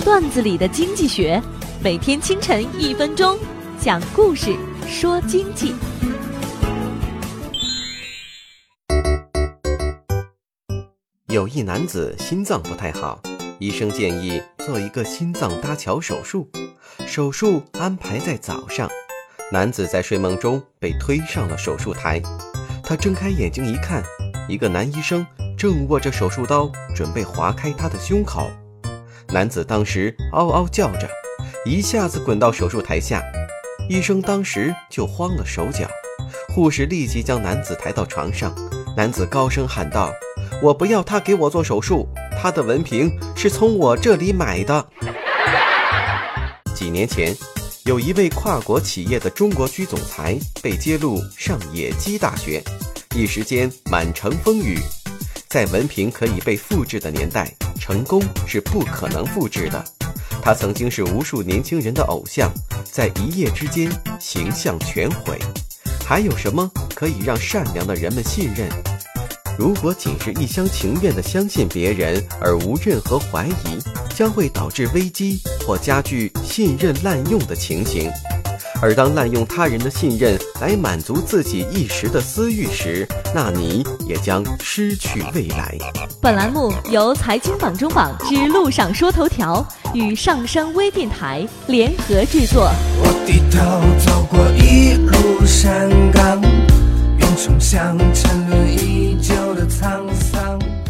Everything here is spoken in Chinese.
段子里的经济学，每天清晨1分钟，讲故事说经济。 有一男子心脏不太好，医生建议做一个心脏搭桥手术，手术安排在早上。男子在睡梦中被推上了手术台，他睁开眼睛一看，一个男医生正握着手术刀准备划开他的胸口。男子当时嗷嗷叫着，一下子滚到手术台下，医生当时就慌了手脚，护士立即将男子抬到床上。男子高声喊道：我不要他给我做手术，他的文凭是从我这里买的。几年前，有一位跨国企业的中国区总裁被揭露上野鸡大学，一时间满城风雨。在文凭可以被复制的年代，成功是不可能复制的。他曾经是无数年轻人的偶像，在一夜之间形象全毁。还有什么可以让善良的人们信任？如果仅是一厢情愿地相信别人而无任何怀疑，将会导致危机或加剧信任滥用的情形。而当滥用他人的信任来满足自己一时的私欲时，那你也将失去未来。 本栏目由财经榜中榜之路上说头条与上山微电台联合制作。 我低头走过一路山岗，云冲向沉沦已久的沧桑。